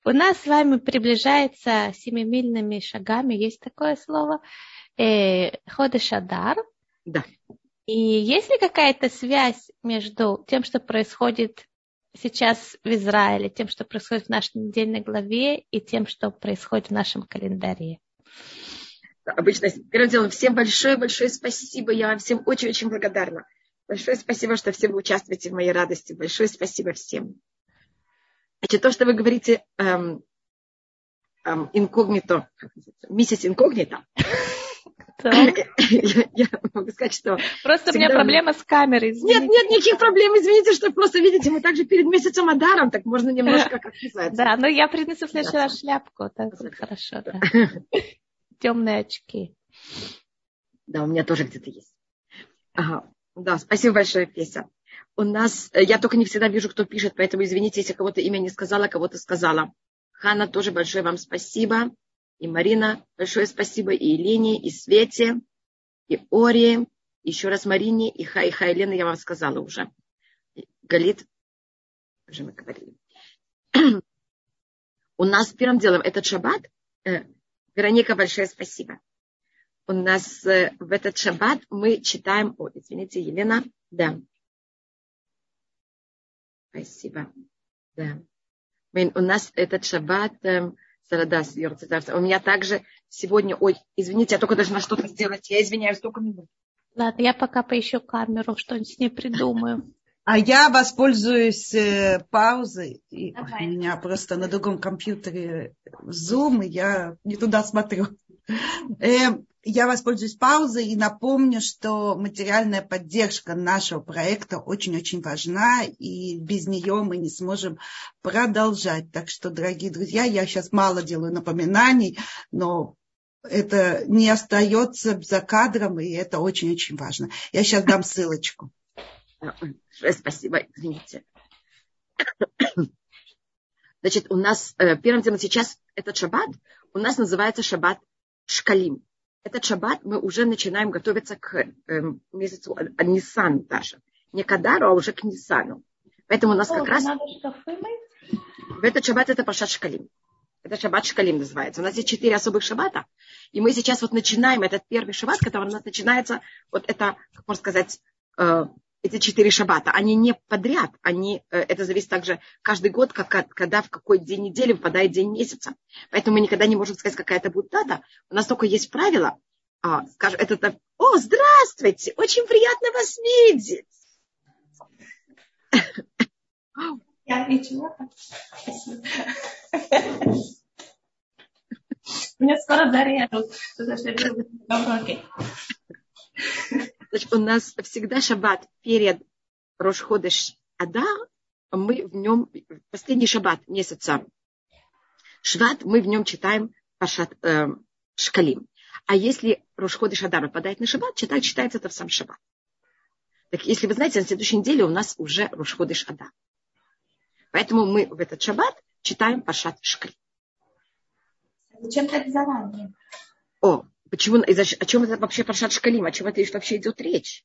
У нас с вами приближается семимильными шагами, есть такое слово, Ходеш Адар. Да. И есть ли какая-то связь между тем, что происходит сейчас в Израиле, тем, что происходит в нашей недельной главе, и тем, что происходит в нашем календаре? Обычно, первым делом, всем большое-большое спасибо. Я вам всем очень-очень благодарна. Большое спасибо, что все вы участвуете в моей радости. Большое спасибо всем. Значит, то, что вы говорите инкогнито, миссис инкогнито, я могу сказать, что... Просто у меня проблема с камерой. Нет, никаких проблем. Извините, что просто, видите, мы также перед месяцем Адаром, так можно немножко, как называется. Да, но я принесу в следующий раз шляпку. Так будет хорошо, да. Темные очки. Да, у меня тоже где-то есть. Ага. Да, спасибо большое, Песя. У нас, я только не всегда вижу, кто пишет, поэтому извините, если кого-то имя не сказала, кого-то сказала. Ханна, тоже большое вам спасибо. И Марина, большое спасибо. И Елене, и Свете, и Оре, еще раз Марине, и Елена, я вам сказала уже. Галит, уже мы говорили. У нас первым делом этот шаббат, Вероника, большое спасибо. У нас в этот шаббат мы читаем... извините, Елена. Да. Спасибо. Да. У нас этот шаббат... У меня также сегодня... Ой, извините, я только должна что-то сделать. Я извиняюсь, только минут. Ладно, я пока поищу камеру, что-нибудь с ней придумаю. А я воспользуюсь паузой. У меня просто на другом компьютере Zoom, и я не туда смотрю. Я воспользуюсь паузой и напомню, что материальная поддержка нашего проекта очень-очень важна, и без нее мы не сможем продолжать. Так что, дорогие друзья, я сейчас мало делаю напоминаний, но это не остается за кадром, и это очень-очень важно. Я сейчас дам ссылочку. Спасибо, извините. Значит, у нас первым делом сейчас этот шаббат, у нас называется шаббат Шкалим. Этот шаббат мы уже начинаем готовиться к месяцу Нисан даже. Не к Адару, а уже к Нисану. Поэтому у нас как раз... В этот шаббат это Пашат Шкалим. Это шаббат Шкалим называется. У нас есть 4 особых шаббата. И мы сейчас вот начинаем этот первый шаббат, который у нас начинается, вот это, как можно сказать, эти 4 шаббата. Они не подряд. Это зависит также каждый год, когда в какой день недели выпадает день месяца. Поэтому мы никогда не можем сказать, какая это будет дата. У нас только есть правило. Скажем, О, здравствуйте! Очень приятно вас видеть! Я ничего. Меня скоро зарежут. Значит, у нас всегда шаббат перед Рош Ходеш Адар. Мы в нем, последний шаббат месяца Шват, мы в нем читаем Пашат Шкалим. А если Рош Ходеш Адар выпадает на шаббат, читается это в сам шаббат. Так если вы знаете, на следующей неделе у нас уже Рош Ходеш Адар. Поэтому мы в этот шаббат читаем Пашат Шкалим. Зачем так заранее? Почему, о чем это вообще Пашат Шкалим? О чем это вообще идет речь?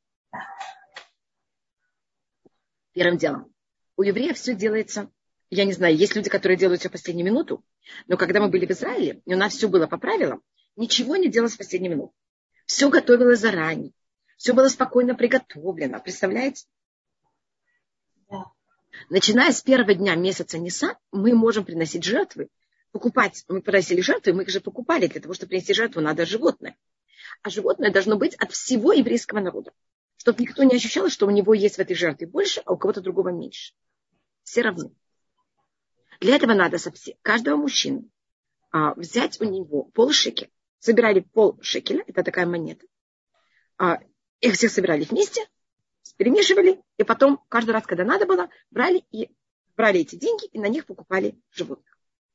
Первым делом. У евреев все делается, я не знаю, есть люди, которые делают все в последнюю минуту, но когда мы были в Израиле, и у нас все было по правилам, ничего не делалось в последнюю минуту. Все готовилось заранее. Все было спокойно приготовлено. Представляете? Да. Начиная с первого дня месяца Нисан, мы можем приносить жертвы. Мы приносили жертвы, мы их же покупали. Для того, чтобы принести жертву, надо животное. А животное должно быть от всего еврейского народа. Чтобы никто не ощущал, что у него есть в этой жертве больше, а у кого-то другого меньше. Все равны. Для этого надо каждого мужчины взять у него полшекеля. Собирали полшекеля, это такая монета. Их всех собирали вместе, перемешивали, и потом каждый раз, когда надо было, брали эти деньги и на них покупали животных.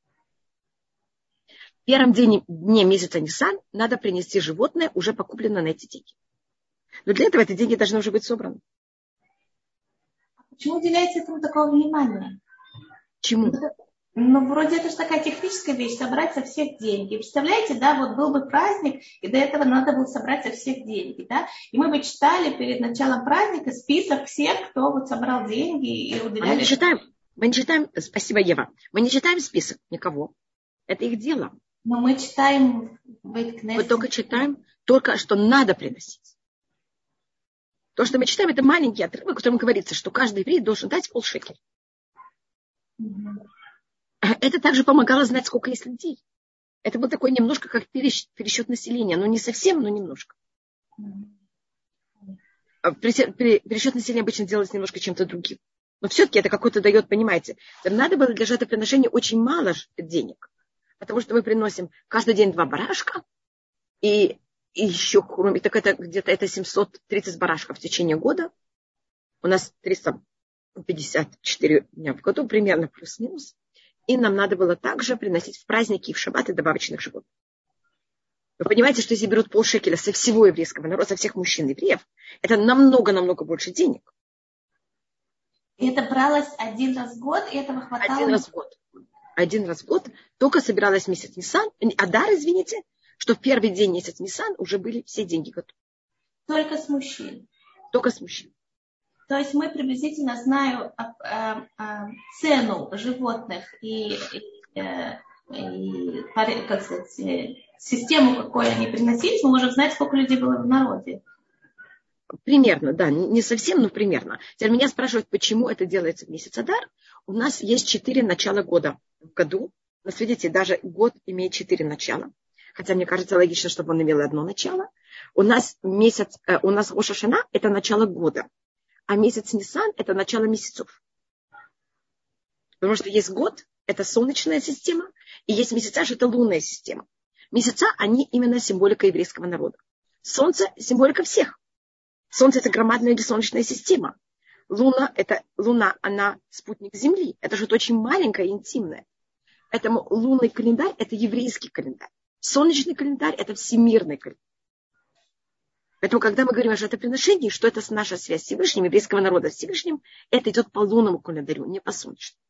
В первом дне месяца Нисан надо принести животное, уже покупленное на эти деньги. Но для этого эти деньги должны уже быть собраны. Почему уделяете этому такого внимания? Чему? Вроде это же такая техническая вещь, собрать со всех деньги. Представляете, да, вот был бы праздник, и до этого надо было собрать со всех деньги, да, и мы бы читали перед началом праздника список всех, кто вот собрал деньги и уделяли... Мы не читаем, спасибо, Ева, мы не читаем список никого. Это их дело. Но мы читаем мы только читаем только, что надо приносить. То, что мы читаем, это маленький отрывок, в котором говорится, что каждый еврей должен дать полшекеля. Это также помогало знать, сколько есть людей. Это был такой немножко как пересчет населения. Но не совсем, но немножко. Пересчет населения обычно делается немножко чем-то другим. Но все-таки это какой-то дает, понимаете. Надо было для жертвоприношения очень мало денег. Потому что мы приносим каждый день 2 барашка. И еще, так это где-то это 730 барашков в течение года. У нас 354 дня в году, примерно плюс-минус. И нам надо было также приносить в праздники и в шаббаты добавочных животных. Вы понимаете, что если берут полшекеля со всего еврейского народа, со всех мужчин и евреев, это намного-намного больше денег. И это бралось один раз в год, и этого хватало? Один раз в год. Только собиралась месяц Нисан, Адар, извините, что в первый день месяца Нисан уже были все деньги готовы. Только с мужчин? Только с мужчин. То есть мы приблизительно знаем цену животных и как сказать, систему, какой они приносились, мы можем знать, сколько людей было в народе. Примерно, да, не совсем, но примерно. Теперь меня спрашивают, почему это делается в месяц Адар. У нас есть 4 начала года в году. Но, видите, даже год имеет 4 начала. Хотя мне кажется логично, чтобы он имел одно начало. У нас Рош ха-Шана – это начало года. А месяц Нисан – это начало месяцев. Потому что есть год – это солнечная система, и есть месяца, что это лунная система. Месяца, они именно символика еврейского народа. Солнце – символика всех. Солнце – это громадная солнечная система. Луна, она спутник Земли. Это что-то очень маленькое и интимное. Поэтому лунный календарь – это еврейский календарь. Солнечный календарь – это всемирный календарь. Поэтому, когда мы говорим о жертвоприношении, что это наша связь с Всевышним, еврейского народа с Всевышним, это идет по лунному календарю, не по солнечному.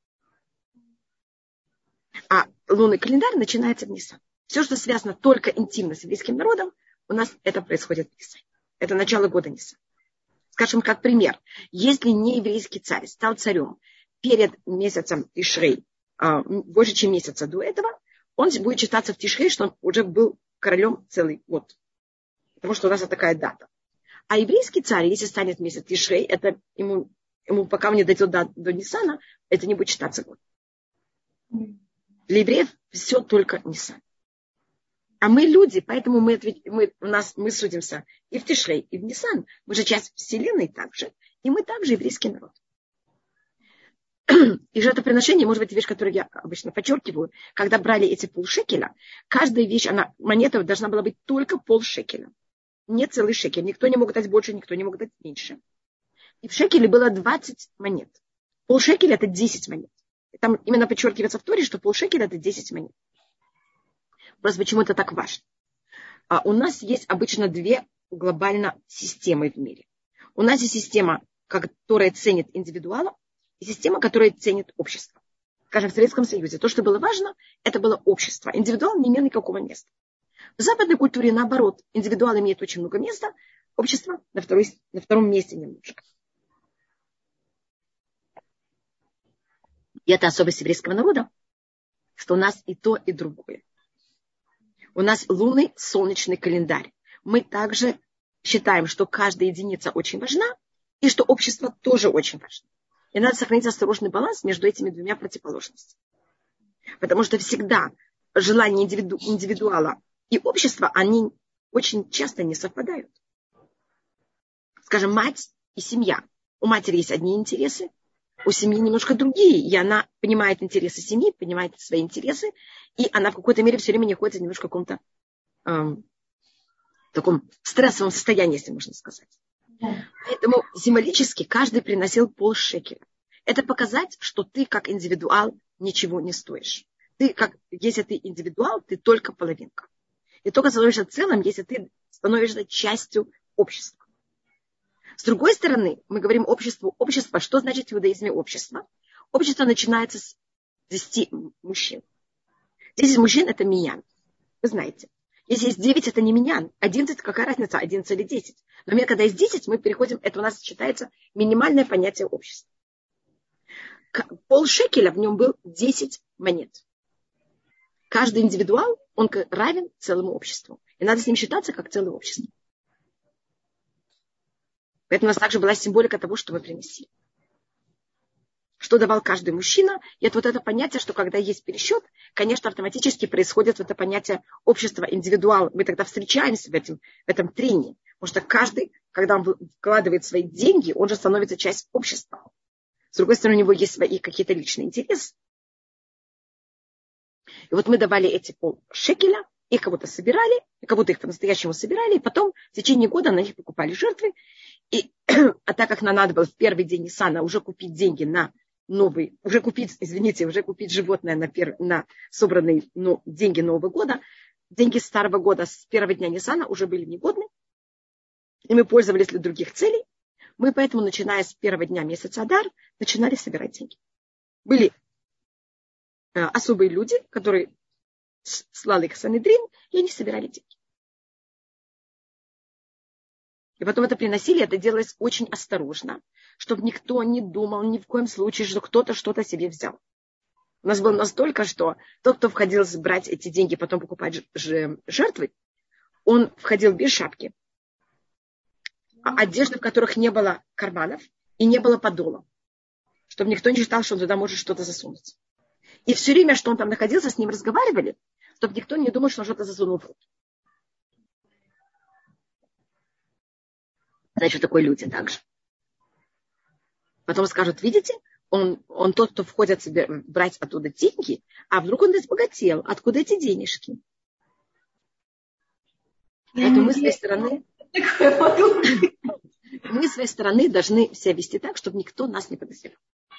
А лунный календарь начинается в Нисан. Все, что связано только интимно с еврейским народом, у нас это происходит в Нисан. Это начало года Нисан. Скажем, как пример. Если не еврейский царь стал царем перед месяцем Тишрей, больше, чем месяца до этого, он будет считаться в Тишрей, что он уже был королем целый год. Потому что у нас это такая дата. А еврейский царь, если станет месяц Тишрей, это ему пока он не дойдет до Нисана, это не будет считаться год. Для евреев все только Нисан. А мы люди, поэтому мы судимся и в Тишрей, и в Нисан. Мы же часть Вселенной также. И мы также еврейский народ. И жертвоприношение, может быть, вещь, которую я обычно подчеркиваю, когда брали эти полшекеля, каждая вещь, монета должна была быть только полшекеля. Не целый шекель. Никто не мог дать больше, никто не мог дать меньше. И в шекеле было 20 монет. Полшекеля – это 10 монет. Там именно подчеркивается в Торе, что полшекеля – это 10 монет. Просто почему это так важно. У нас есть обычно 2 глобально системы в мире. У нас есть система, которая ценит индивидуала, и система, которая ценит общество. Скажем, в Советском Союзе то, что было важно, это было общество. Индивидуал не имел никакого места. В западной культуре, наоборот, индивидуал имеет очень много места, общество на втором месте немножко. И это особенность еврейского народа, что у нас и то, и другое. У нас лунный солнечный календарь. Мы также считаем, что каждая единица очень важна, и что общество тоже очень важно. И надо сохранить осторожный баланс между этими 2 противоположностями. Потому что всегда желания индивидуала и общества, они очень часто не совпадают. Скажем, мать и семья. У матери есть одни интересы, у семьи немножко другие. И она понимает интересы семьи, понимает свои интересы, и она в какой-то мере все время находится немножко в каком-то таком стрессовом состоянии, если можно сказать. Поэтому символически каждый приносил полшекеля. Это показать, что ты как индивидуал ничего не стоишь. Если ты индивидуал, ты только половинка. И только становишься целым, если ты становишься частью общества. С другой стороны, мы говорим обществу. Общество, что значит в иудаизме общество? Общество начинается с 10 мужчин. 10 мужчин – это миньян. Вы знаете. Если есть 9, это не миньян. 11, какая разница, 11 или 10. Но когда есть 10, мы переходим, это у нас считается минимальное понятие общества. полшекеля, в нем был 10 монет. Каждый индивидуал, он равен целому обществу. И надо с ним считаться, как целое общество. Поэтому у нас также была символика того, что мы принесли. Что давал каждый мужчина. И это вот это понятие, что когда есть пересчет, конечно, автоматически происходит вот это понятие общества, индивидуал. Мы тогда встречаемся в этом трине. Потому что каждый, когда он вкладывает свои деньги, он же становится частью общества. С другой стороны, у него есть свои какие-то личные интересы. И вот мы давали эти полшекеля, их кого-то собирали, и кого-то их по-настоящему собирали, и потом в течение года на них покупали жертвы. А так как нам надо было в первый день Ниссана уже купить деньги на уже купить животное на собранные деньги Нового года, деньги старого года с первого дня Ниссана уже были негодны, и мы пользовались для других целей. Мы поэтому, начиная с первого дня месяца Адар, начинали собирать деньги. Были особые люди, которые слали их в Санедрин, и они собирали деньги. И потом это приносили, это делалось очень осторожно, чтобы никто не думал ни в коем случае, что кто-то что-то себе взял. У нас было настолько, что тот, кто входил брать эти деньги, потом покупать жертвы, он входил без шапки, одежды, в которых не было карманов и не было подола, чтобы никто не считал, что он туда может что-то засунуть. И все время, что он там находился, с ним разговаривали, чтобы никто не думал, что он что-то засунул в рот. Значит, такой люди также. Потом скажут, видите, он тот, кто входит брать оттуда деньги, а вдруг он разбогател. Откуда эти денежки? Поэтому мы с своей стороны должны себя вести так, чтобы никто нас не подозревал.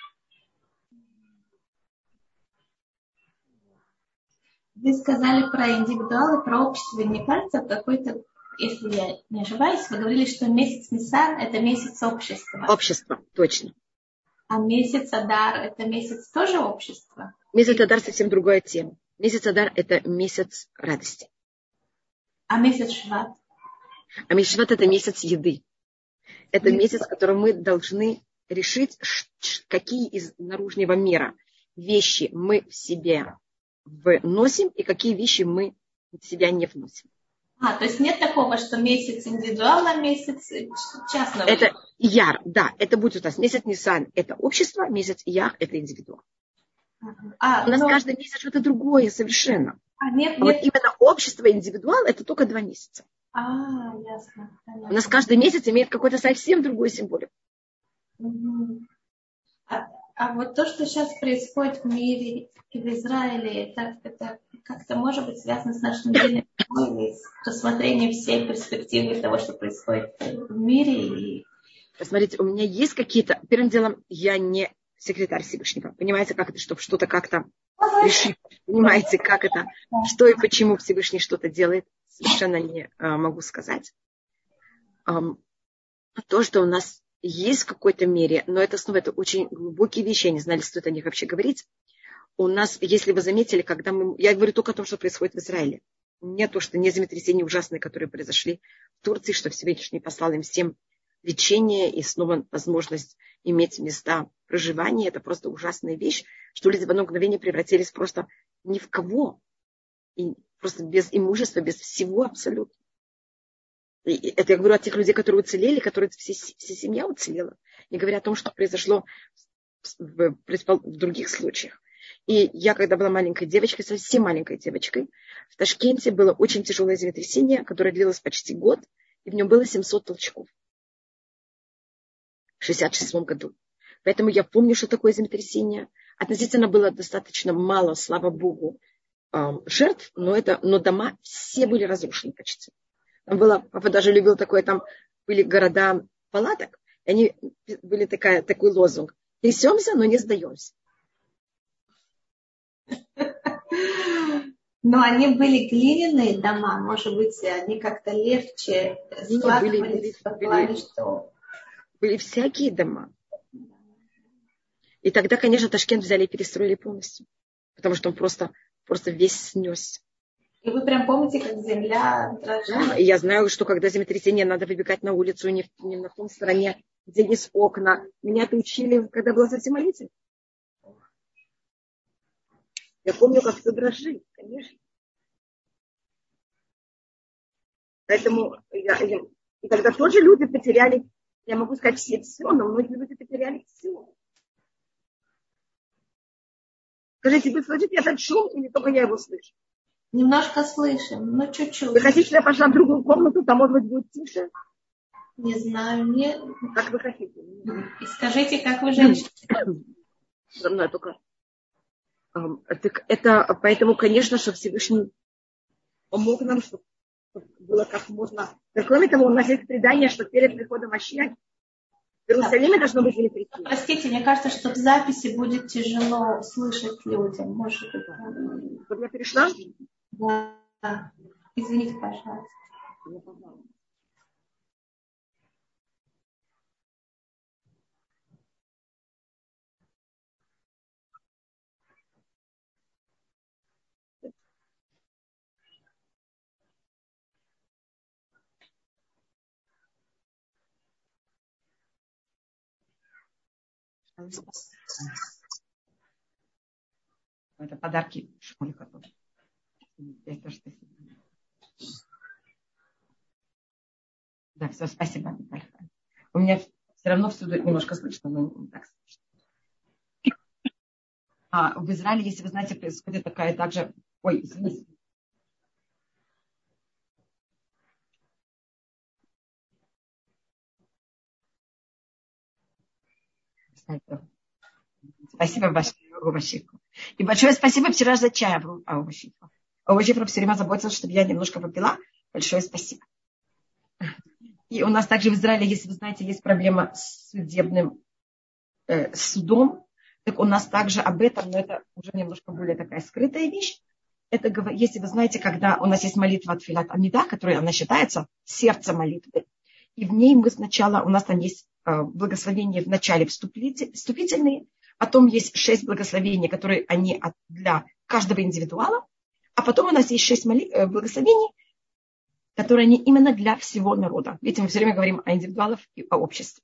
Вы сказали про индивидуалы, про общество. Мне кажется, какой-то, если я не ошибаюсь, вы говорили, что месяц Нисан – это месяц общества. Общество, точно. А месяц Адар – это месяц тоже общества? Месяц Адар совсем другая тема. Месяц Адар – это месяц радости. А месяц Шват? А месяц Шват – это месяц еды. Это месяц, в котором мы должны решить, какие из наружного мира вещи мы в себе вносим и какие вещи мы в себя не вносим. То есть нет такого, что месяц индивидуала, месяц частного? Это Ияр, да, это будет у нас месяц Нисан, это общество, месяц Ияр, это индивидуал. У нас каждый месяц что-то другое совершенно. Нет. Вот именно общество и индивидуал это только 2 месяца. Ясно. Понятно. У нас каждый месяц имеет какой-то совсем другой символик. А вот то, что сейчас происходит в мире и в Израиле, это как-то может быть связано с нашим делом, с рассмотрением всей перспективы того, что происходит в мире. Посмотрите, у меня есть какие-то... Первым делом, я не секретарь Всевышнего. Понимаете, как это, чтобы что-то как-то решить? Понимаете, как это? Что и почему Всевышний что-то делает? Совершенно не могу сказать. То, что у нас есть в какой-то мере, но это снова это очень глубокие вещи, я не знаю, стоит о них вообще говорить. У нас, если вы заметили, я говорю только о том, что происходит в Израиле. Не то, что не землетрясения ужасные, которые произошли в Турции, что Всевышний послал им всем лечение и снова возможность иметь места проживания. Это просто ужасная вещь, что люди в одно мгновение превратились просто ни в кого. И просто без имущества, без всего абсолютно. И это я говорю о тех людей, которые уцелели, которые вся семья уцелела. Не говоря о том, что произошло в других случаях. И я, когда была маленькой девочкой, совсем маленькой девочкой, в Ташкенте было очень тяжелое землетрясение, которое длилось почти год, и в нем было 700 толчков. В 1966 году. Поэтому я помню, что такое землетрясение. Относительно было достаточно мало, слава Богу, жертв, но дома все были разрушены почти. Там было, папа даже любил такое, там были города палаток, и они были такой лозунг: трясемся, но не сдаемся. Но они были глиняные дома, может быть, они как-то легче складывались в плане, что... Были всякие дома. И тогда, конечно, Ташкент взяли и перестроили полностью, потому что он просто весь снесся. И вы прям помните, как земля дрожала? Да, и я знаю, что когда землетрясение, надо выбегать на улицу, не на том стороне, где есть окна. Меня это учили, когда была совсем маленькой. Я помню, как все дрожит, конечно. Поэтому и тогда тоже люди потеряли, я могу сказать все, но многие люди потеряли все. Скажите, вы слышите этот шум или только я его слышу? Немножко слышим, но чуть-чуть. Вы хотите, что я пошла в другую комнату, там, может быть, будет тише? Не знаю, нет. Как вы хотите? И скажите, как вы женщина? За мной только. Так это, поэтому, конечно, что Всевышний помог нам, чтобы было как можно. Но, кроме того, у нас есть предание, что перед приходом Машиаха в Иерусалиме должно быть землетрясение. Простите, мне кажется, что в записи будет тяжело слышать людям. Может быть. Вот я перешла? Да. Извините, пожалуйста. Это подарки в школе которые. Это что? Да, все, спасибо. У меня все равно всюду немножко слышно, но не так слышно. В Израиле, если вы знаете, происходит такая также... Ой, извините. Спасибо большое. И большое спасибо вчера за чай, Овощифа. Овощифа все время заботился, чтобы я немножко попила. Большое спасибо. И у нас также в Израиле, если вы знаете, есть проблема с судебным судом. Так у нас также об этом, но это уже немножко более такая скрытая вещь. Это, если вы знаете, когда у нас есть молитва от Филат Амида, которая она считается сердцем молитвы, и в ней мы сначала, у нас там есть благословения в начале вступительные, потом есть 6 благословений, которые они для каждого индивидуала, а потом у нас есть 6 благословений, которые они именно для всего народа. Видите, мы все время говорим о индивидуалах и о обществе.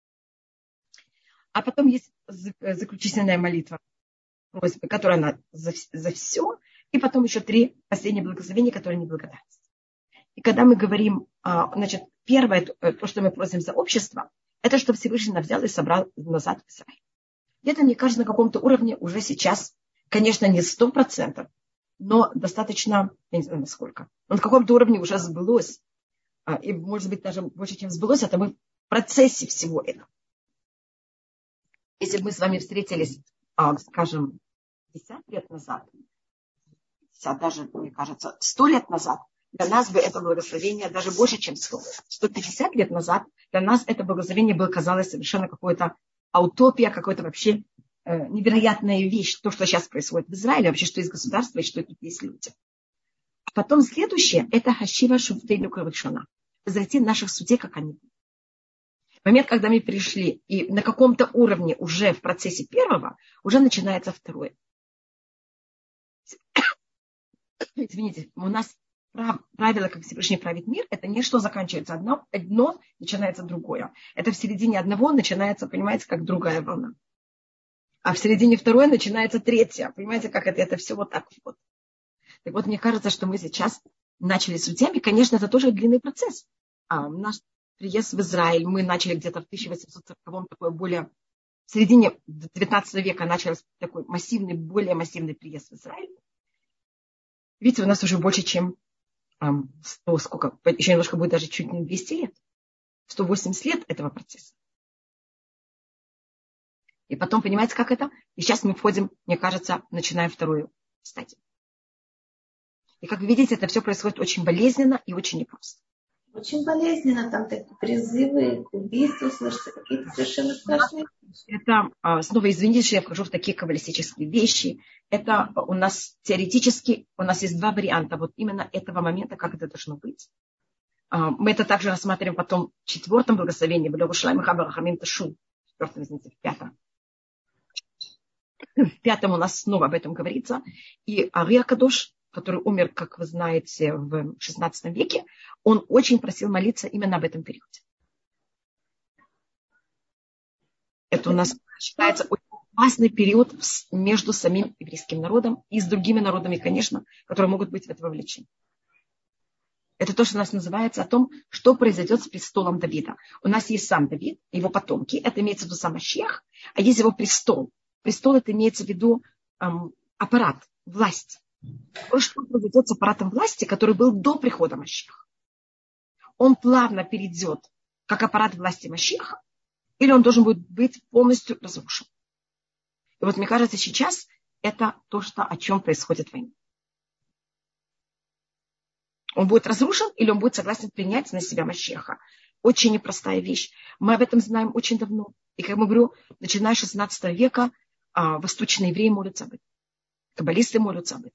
А потом есть заключительная молитва, просьбы, которая она за все, и потом еще 3 последние благословения, которые не благодарность. И когда мы говорим, значит, первое, то, что мы просим за общество, это чтобы Всевышний нас взял и собрал назад в Израиль. И это, мне кажется, на каком-то уровне уже сейчас, конечно, не 100%, но достаточно, я не знаю, насколько, но на каком-то уровне уже сбылось. И, может быть, даже больше, чем сбылось, это мы в процессе всего этого. Если бы мы с вами встретились, скажем, 50 лет назад, 50, даже, мне кажется, 100 лет назад, для нас бы это благословение даже больше, чем 150 лет назад, для нас это благословение было, казалось, совершенно какое-то утопия, какая-то вообще невероятная вещь, то, что сейчас происходит в Израиле, вообще, что есть государство и что тут есть люди. А потом следующее, это хашива шуфтейну кавишона, возвратить наших судей, как они были. В момент, когда мы пришли, и на каком-то уровне уже в процессе первого, уже начинается второе. Извините, у нас правило, как Всевышний правит мир, это не что заканчивается одно, начинается другое. Это в середине одного начинается, понимаете, как другая волна. А в середине второй начинается третья. Понимаете, как это все вот так вот. Так вот, мне кажется, что мы сейчас начали с судьями. Конечно, это тоже длинный процесс. Наш приезд в Израиль мы начали где-то в 1840-м, такой более... В середине 19 века начался такой массивный, более массивный приезд в Израиль. Видите, у нас уже больше, чем 100, сколько, еще немножко будет даже чуть не 200 лет. 180 лет этого процесса. И потом, понимаете, как это? И сейчас мы входим, мне кажется, начинаем вторую стадию. И как вы видите, это все происходит очень болезненно и очень непросто. Очень болезненно, там такие призывы к убийству, слышатся какие-то совершенно страшные. Это, снова извините, что я вхожу в такие каббалистические вещи. Это у нас теоретически, у нас есть 2 варианта вот именно этого момента, как это должно быть. Мы это также рассматриваем потом в 4-м благословении, в 4-м, извините, в 5-м. В 5-м у нас снова об этом говорится. И Ари ха-Кадош, который умер, как вы знаете, в 16 веке, он очень просил молиться именно об этом периоде. Это у нас считается очень опасный период между самим еврейским народом и с другими народами, конечно, которые могут быть в это вовлечены. Это то, что у нас называется о том, что произойдет с престолом Давида. У нас есть сам Давид, его потомки, это имеется в виду сам Машиах, а есть его престол. Престол это имеется в виду аппарат, власть. Что произойдет с аппаратом власти, который был до прихода Машиаха? Он плавно перейдет как аппарат власти Машиаха, или он должен будет быть полностью разрушен? И вот мне кажется, сейчас это то, о чем происходит война. Он будет разрушен или он будет согласен принять на себя Машиаха? Очень непростая вещь. Мы об этом знаем очень давно. И, как я говорю, начиная с 16 века восточные евреи молятся об этом. Каббалисты молятся об этом.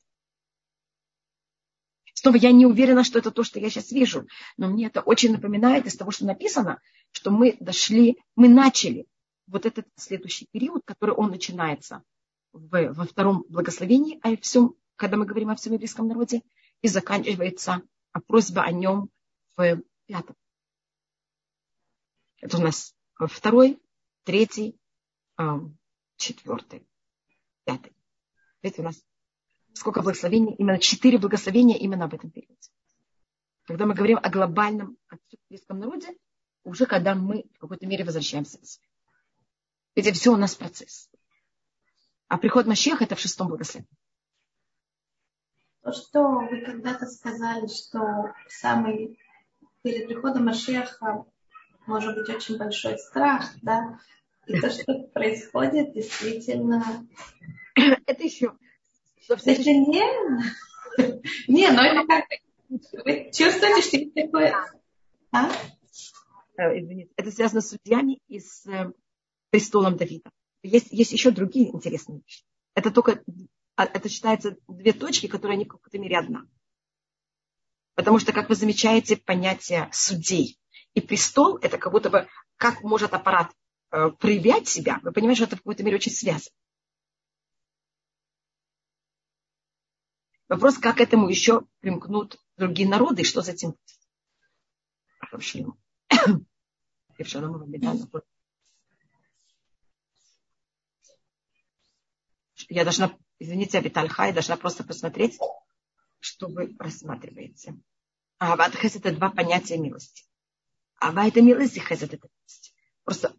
Снова я не уверена, что это то, что я сейчас вижу. Но мне это очень напоминает из того, что написано, что мы начали вот этот следующий период, который он начинается во втором благословении, когда мы говорим о всем еврейском народе, и заканчивается просьба о нем в пятом. Это у нас второй, третий, четвертый, пятый. Видите, у нас сколько благословений, именно 4 благословения именно в этом периоде. Когда мы говорим о глобальном еврейском народе, уже когда мы в какой-то мере возвращаемся к себе. Ведь все у нас процесс. А приход Машиаха это в 6 благословении. То, что вы когда-то сказали, что перед приходом Машиаха может быть очень большой страх, да? И то, что происходит, действительно... Это еще... Это не, но это как... Вы чувствуете, что есть такое... Извините, это связано с судьями и с престолом Давида. Есть еще другие интересные вещи. Это считается 2 точки, которые они в какой-то мере одна. Потому что, как вы замечаете, понятие судей и престол, это как будто бы, как может аппарат проявлять себя, вы понимаете, что это в какой-то мере очень связано. Вопрос, как к этому еще примкнут другие народы, и что за этим будет. Я должна, извините, Авитальха, я должна просто посмотреть, что вы рассматриваете. Ават хесед это 2 понятия милости. Ава это милость, и хесед это милость. Просто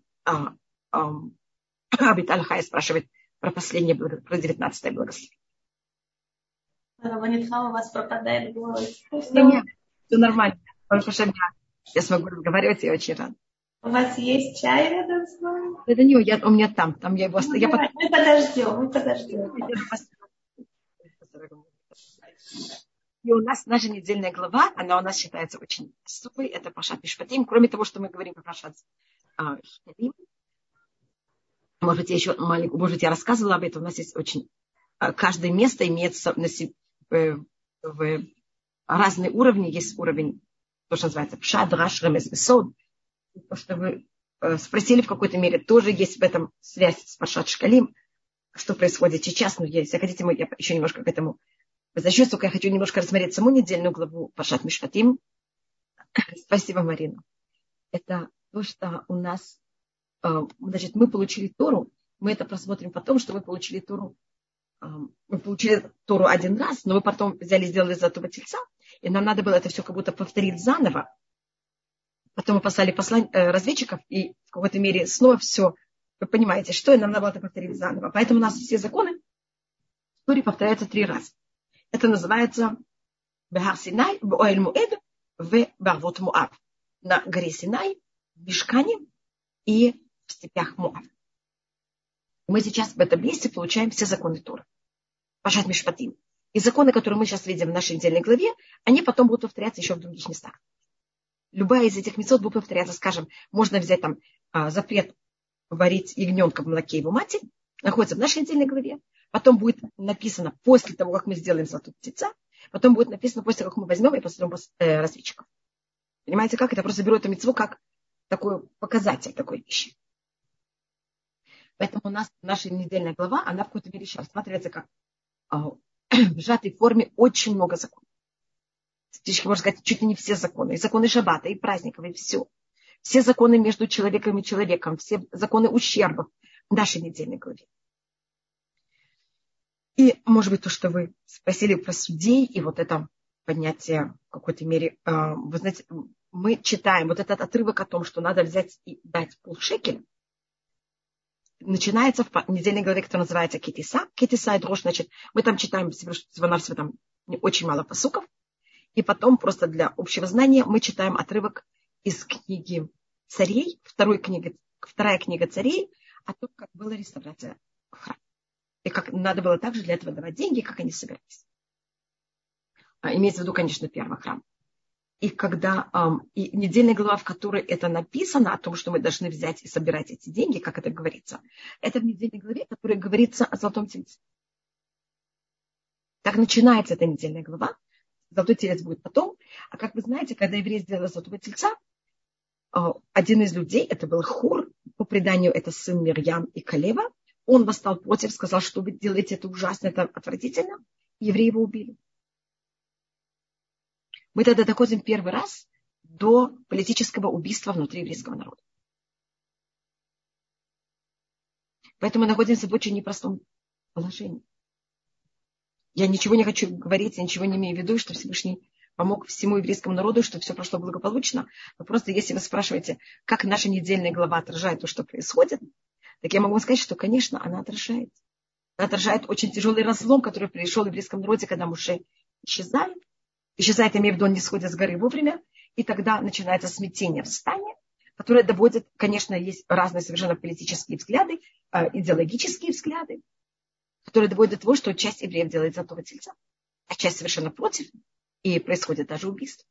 Авитальха спрашивает про последнее, про 19-е благословение. Раванитха, у вас пропадает голос. Нет, все нормально. Я смогу разговаривать, я очень рада. У вас есть чай рядом с вами? Это не у меня там я его оставлю. Мы подождем. И у нас наша недельная глава, она у нас считается очень особой, это Паршат Мишпатим. Кроме того, что мы говорим про Паршат Шкалим, может, я рассказывала об этом, у нас есть очень... Каждое место имеет в разные уровни. Есть уровень, то, что называется Пшат, Раш, Ремес, Бесод. То, что вы спросили в какой-то мере, тоже есть в этом связь с Паршат Шкалим. Что происходит сейчас? Ну, если хотите, я еще немножко к этому возвращусь, только я хочу немножко рассмотреть саму недельную главу Паршат Мишпатим. Спасибо, Марина. Это то, что у нас... Значит, мы получили Тору, мы это просмотрим потом, что мы получили Тору. Мы получили Тору 1 раз, но мы потом сделали золотого тельца, и нам надо было это все как будто повторить заново. Потом мы послали разведчиков, и в какой-то мере снова все, вы понимаете, что, и нам надо было это повторить заново. Поэтому у нас все законы в Торе повторяются 3 раза. Это называется Бехар Синай, Беоэль Муэд, в Барвот Муав. На горе Синай, в Мишкане и в степях Муав. Мы сейчас в этом месте получаем все законы Торы. Паршат Мишпатим. И законы, которые мы сейчас видим в нашей недельной главе, они потом будут повторяться еще в других местах. Любая из этих мицвот будет повторяться. Скажем, можно взять там запрет варить ягненка в молоке его матери, находится в нашей недельной главе. Потом будет написано после того, как мы сделаем золотого тельца. Потом будет написано после того, как мы возьмем и посмотрим разведчиков. Понимаете, как? Это просто беру эту мицву как такой показатель такой вещи. Поэтому у нас наша недельная глава, она в какой-то мере еще рассматривается как в сжатой форме очень много законов. Можно сказать, чуть ли не все законы. И законы шаббата, и праздников, и все. Все законы между человеком и человеком, все законы ущербов в нашей недельной главе. И, может быть, то, что вы спросили про судей, и вот это поднятие в какой-то мере, вы знаете, мы читаем вот этот отрывок о том, что надо взять и дать полшекеля, начинается в недельной главе, которая называется Китиса. Китиса и дрожь, значит, мы там читаем всего-навсего там очень мало пасуков, и потом просто для общего знания мы читаем отрывок из книги Царей, вторая книга Царей, о том, как была реставрация храма. И как надо было также для этого давать деньги, как они собирались. Имеется в виду, конечно, первый храм. И когда и недельная глава, в которой это написано, о том, что мы должны взять и собирать эти деньги, как это говорится, это в недельной главе, в которой говорится о золотом тельце. Так начинается эта недельная глава. Золотой телец будет потом. А как вы знаете, когда евреи сделали золотого тельца, один из людей, это был Хур, по преданию это сын Мирьям и Калева, он восстал против, сказал, что вы делаете, это ужасно, это отвратительно. Евреи его убили. Мы тогда доходим первый раз до политического убийства внутри еврейского народа. Поэтому мы находимся в очень непростом положении. Я ничего не хочу говорить, я ничего не имею в виду, что Всевышний помог всему еврейскому народу, что все прошло благополучно. Но просто если вы спрашиваете, как наша недельная глава отражает то, что происходит, так я могу вам сказать, что, конечно, она отражает. Она отражает очень тяжелый разлом, который пришел в еврейском народе, когда Моше исчезает. Исчезает, имею в виду, он не сходит с горы вовремя, и тогда начинается смятение в стане, которое доводит, конечно, есть разные совершенно политические взгляды, идеологические взгляды, которые доводят до того, что часть евреев делает золотого тельца, а часть совершенно против, и происходит даже убийство.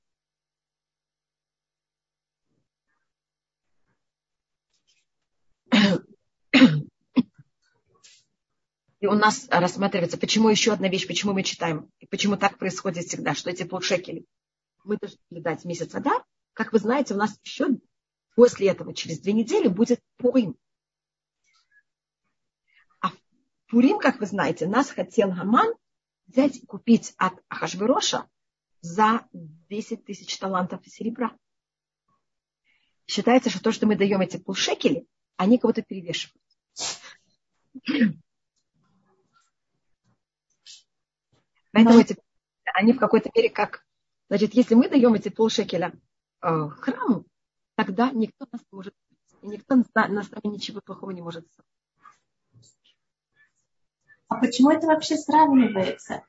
И у нас рассматривается, почему еще одна вещь, почему мы читаем, и почему так происходит всегда, что эти полшекели мы должны дать месяц Адар. Как вы знаете, у нас еще после этого, через 2 недели, будет Пурим. А Пурим, как вы знаете, нас хотел Гаман взять и купить от Ахашвероша за 10 тысяч талантов серебра. Считается, что то, что мы даем эти полшекели, они кого-то перевешивают. Поэтому они в какой-то мере как... Значит, если мы даем эти полшекеля храму, тогда никто нас не может... И никто нас с нами ничего плохого не может сделать. А почему это вообще сравнивается?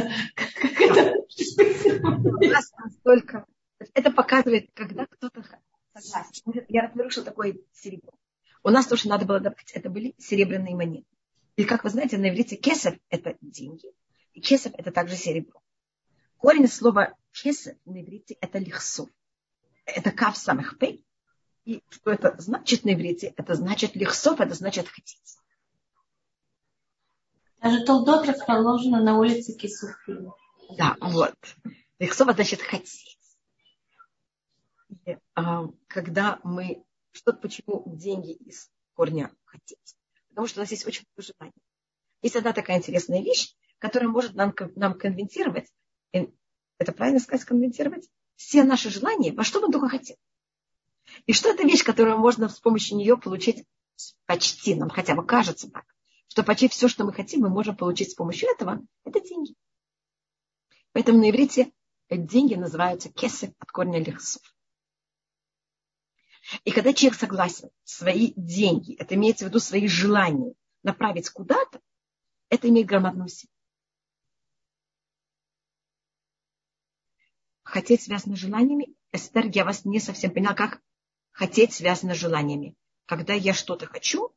Это показывает, когда кто-то согласен. Я разберу, что такое серебро. У нас то, что надо было добавить, это были серебряные монеты. И как вы знаете, на иврите кесев – это деньги, и кесев – это также серебро. Корень слова кесев на иврите – это лихсов. Это кав самых пей. И что это значит на иврите? Это значит лихсов, это значит хотеть. Даже толдот расположено на улице Кисуфи. Да, вот. Лихсов значит хотеть. И, когда мы... Почему деньги из корня хотеть? Потому что у нас есть очень много желаний. Есть одна такая интересная вещь, которая может нам конвертировать, это правильно сказать, конвертировать, все наши желания, во что мы только хотим. И что это вещь, которую можно с помощью нее получить почти, нам хотя бы кажется так, что почти все, что мы хотим, мы можем получить с помощью этого, это деньги. Поэтому на иврите деньги называются кесев от корня лихсов. И когда человек согласен свои деньги, это имеется в виду свои желания, направить куда-то, это имеет громадную силу. Хотеть связано с желаниями. Эстер, я вас не совсем поняла, как хотеть связано с желаниями. Когда я что-то хочу,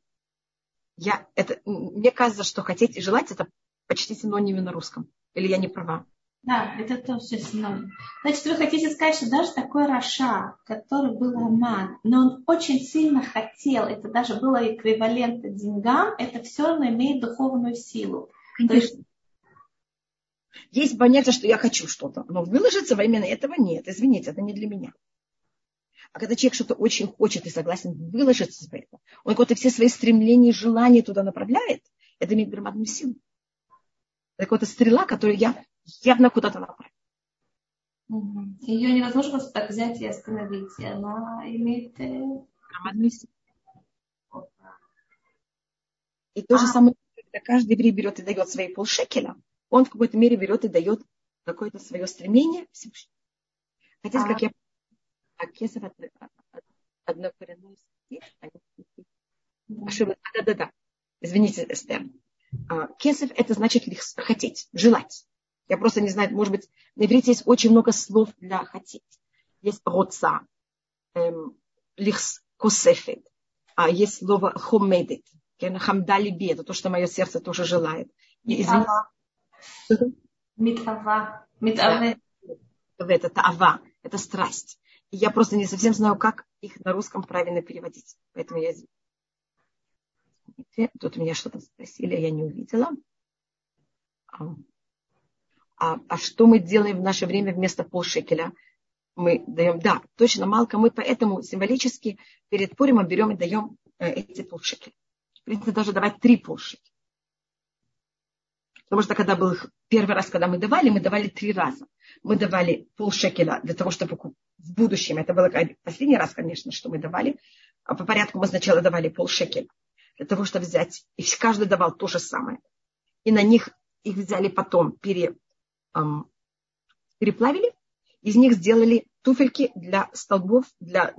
мне кажется, что хотеть и желать это почти синонимы на русском. Или я не права? Да, это тоже синоним. Значит, вы хотите сказать, что даже такой Раша, который был Аман, но он очень сильно хотел, это даже было эквивалентно деньгам, это все равно имеет духовную силу. Конечно. Есть понятие, что я хочу что-то, но выложиться во имя этого нет. Извините, это не для меня. А когда человек что-то очень хочет и согласен выложиться за это, он какие-то все свои стремления и желания туда направляет, это имеет громадную силу. Это какая-то стрела, которую я явно куда-то направлю. Ее невозможно просто так взять и остановить. Она имеет громадную силу. И то же самое когда каждый еврей берет и дает свои полшекеля, он в какой-то мере берет и дает какое-то свое стремление Всевышнему. Хотите, как я... А кесов однокоренной да. Извините, Эстер. Кесов это значит хотеть, желать. Я просто не знаю, может быть, на иврите есть очень много слов для хотеть. Есть роца, лихс косефет, есть слово хомедет, хамдалиби, это то, что мое сердце тоже желает. Митава. Это таава, это страсть. И я просто не совсем знаю, как их на русском правильно переводить. Поэтому я... Тут меня что-то спросили, я не увидела. А что мы делаем в наше время вместо полшекеля? Мы даем, да, точно, Малка, мы поэтому символически перед Пуримом берем и даем эти полшекеля. В принципе, даже давать 3 полшекеля. Потому что когда был первый раз, когда мы давали 3 раза. Мы давали полшекеля для того, чтобы в будущем, это был последний раз, конечно, что мы давали, а по порядку мы сначала давали полшекеля, для того, чтобы взять, и каждый давал то же самое. И на них их взяли потом, переплавили, из них сделали туфельки для столбов, для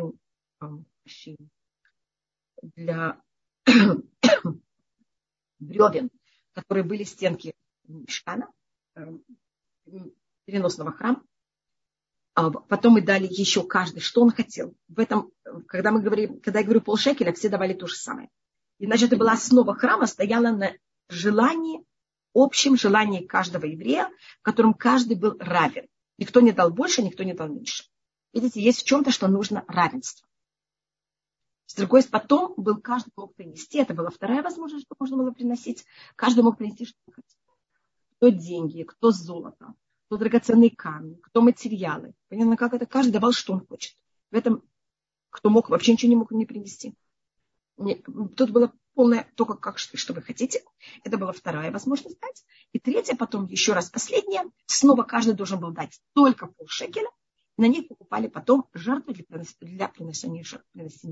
бревен, которые были стенки мишкана, переносного храма. Потом мы дали еще каждый, что он хотел. В этом, когда я говорю полшекеля, все давали то же самое. Иначе это была основа храма, стояла на желании, общем желании каждого еврея, в котором каждый был равен. Никто не дал больше, никто не дал меньше. Видите, есть в чем-то, что нужно равенство. С другой стороны, потом каждый мог принести, это была вторая возможность, что можно было приносить. Каждый мог принести, что он хотел. Кто деньги, кто золото, кто драгоценные камни, кто материалы. Понятно, как это? Каждый давал, что он хочет. В этом, кто мог, вообще ничего не мог не принести. Тут было полное только как, что вы хотите. Это была вторая возможность дать. И третья, потом еще раз последняя. Снова каждый должен был дать только полшекеля. На них покупали потом жертвы для принесения жертв.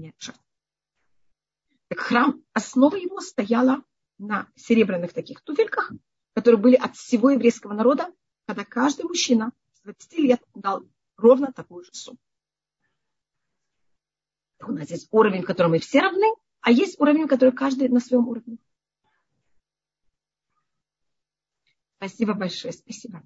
Так храм, основа его стояла на серебряных таких туфельках, которые были от всего еврейского народа, когда каждый мужчина с 20 лет дал ровно такую же сумму. У нас есть уровень, в котором мы все равны, а есть уровень, в котором каждый на своем уровне. Спасибо большое, спасибо.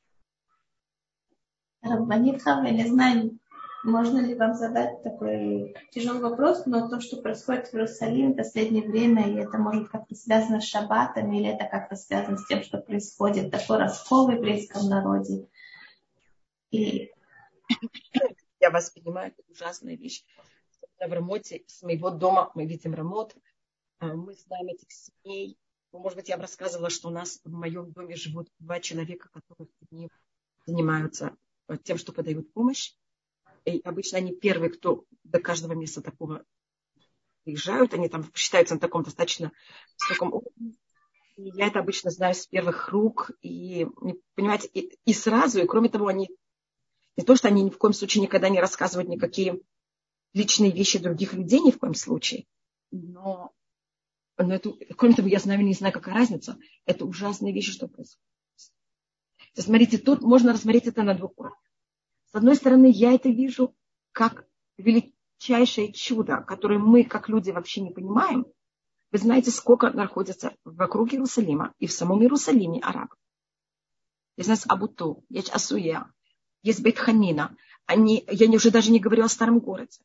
Рабанитха, я не знаю, можно ли вам задать такой тяжелый вопрос, но то, что происходит в Иерусалиме в последнее время, и это может как-то связано с шаббатом, или это как-то связано с тем, что происходит такой раскол в еврейском народе. И... Я вас понимаю, это ужасная вещь. В Рамоте, с моего дома мы видим Рамот, мы знаем этих семей. Может быть, я бы рассказывала, что у нас в моем доме живут 2 человека, которые занимаются тем, что подают помощь. И обычно они первые, кто до каждого места такого приезжают. Они там считаются на таком достаточно высоком уровне. И я это обычно знаю с первых рук. И, понимаете, и сразу, и кроме того, они не то, что они ни в коем случае никогда не рассказывают никакие личные вещи других людей, ни в коем случае. Но это, кроме того, я знаю, не знаю, какая разница. Это ужасные вещи, что происходит. Смотрите, тут можно рассмотреть это на 2 уровнях. С одной стороны, я это вижу как величайшее чудо, которое мы, как люди, вообще не понимаем. Вы знаете, сколько находится вокруг Иерусалима и в самом Иерусалиме арабов. Есть у нас Абуту, есть Асуя, есть Бейт-Ханина. Я уже даже не говорю о старом городе.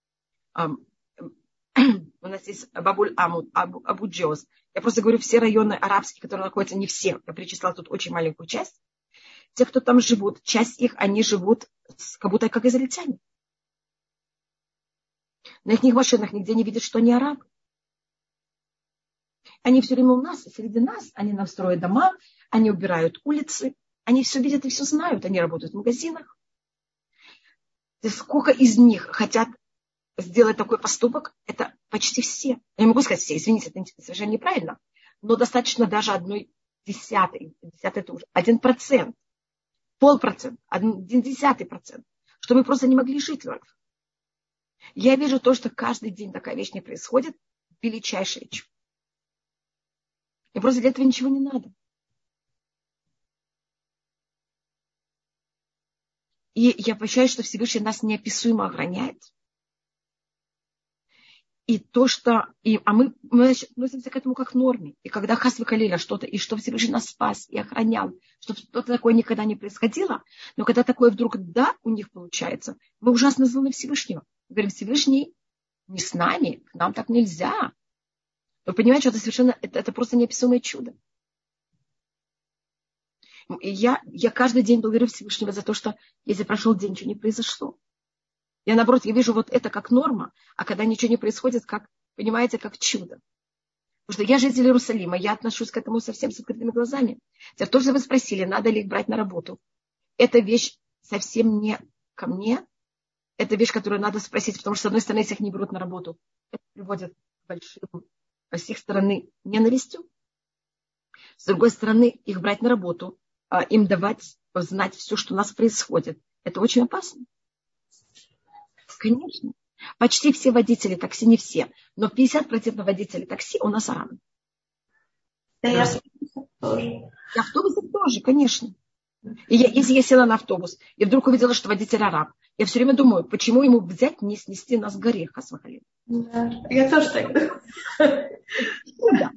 У нас есть Бабуль-Амуд, Абу-Джоз. Я просто говорю все районы арабские, которые находятся, не все. Я перечисляла тут очень маленькую часть. Те, кто там живут, часть их, они живут как будто как израильтяне. На их машинах нигде не видят, что они арабы. Они все время у нас, среди нас. Они нам строят дома, они убирают улицы. Они все видят и все знают. Они работают в магазинах. Сколько из них хотят сделать такой поступок? Это почти все. Я не могу сказать все, извините, это совершенно неправильно. Но достаточно даже 1/10. 10 это уже 1%. 0,5%, 0,1%, что мы просто не могли жить. Я вижу то, что каждый день такая вещь не происходит, величайшее чудо. И просто для этого ничего не надо. И я ощущаю, что Всевышний нас неописуемо охраняет. И то, что... А мы относимся к этому как к норме. И когда хас выкалили что-то, и что Всевышний нас спас и охранял, чтобы что-то такое никогда не происходило, но когда такое вдруг да, у них получается, мы ужасно злы на Всевышнего. Мы говорим, Всевышний не с нами, к нам так нельзя. Вы понимаете, что это совершенно... Это просто неописуемое чудо. И я каждый день благодарю Всевышнего за то, что если прошел день, ничего не произошло. Я, наоборот, я вижу вот это как норма, а когда ничего не происходит, как, понимаете, как чудо. Потому что я житель Иерусалима, я отношусь к этому совсем с открытыми глазами. Теперь то, что вы спросили, надо ли их брать на работу, эта вещь совсем не ко мне. Это вещь, которую надо спросить, потому что, с одной стороны, если их не берут на работу, это приводит к большим, с их стороны, ненавистью. С другой стороны, их брать на работу, им давать знать все, что у нас происходит, это очень опасно. Конечно. Почти все водители такси, не все, но 50% водителей такси у нас арабы. Да, и автобусов тоже. И автобусов тоже, конечно. И если я села на автобус и вдруг увидела, что водитель араб, я все время думаю, почему ему взять, не снести нас к горе, хасвахалин. Да, я тоже так думаю. Да.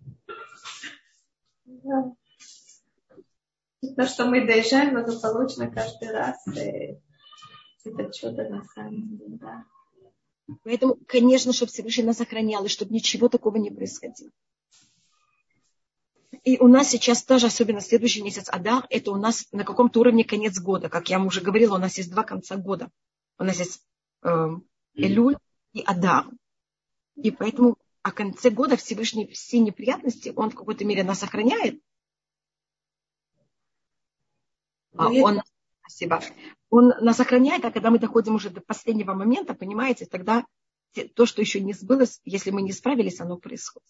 Да. То, что мы доезжаем благополучно каждый раз, это чудо на самом деле, да. Поэтому, конечно, чтобы Всевышний нас охранял, и чтобы ничего такого не происходило. И у нас сейчас тоже, особенно следующий месяц Адар, это у нас на каком-то уровне конец года. Как я вам уже говорила, у нас есть 2 конца года. У нас есть Элюль и Адар. И поэтому о конце года Всевышний все неприятности, он в какой-то мере нас охраняет. Он нас охраняет, а когда мы доходим уже до последнего момента, понимаете, тогда то, что еще не сбылось, если мы не справились, оно происходит.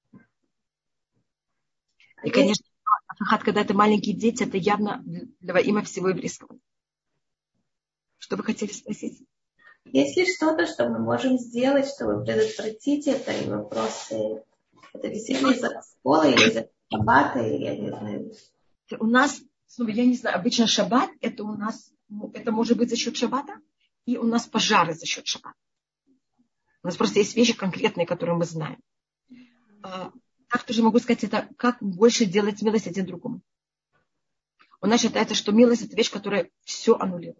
И, конечно, когда это маленькие дети, это явно для имя всего еврейского. Что вы хотели спросить? Есть ли что-то, что мы можем сделать, чтобы предотвратить это, и вопросы, это действительно из-за школы, или из-за шаббата, или я не знаю. У нас, я не знаю, обычно шаббат, это у нас, это может быть за счет шаббата, и у нас пожары за счет шаббата. У нас просто есть вещи конкретные, которые мы знаем. Так тоже могу сказать, это как больше делать милость один другому. У нас считается, что милость – это вещь, которая все аннулирует.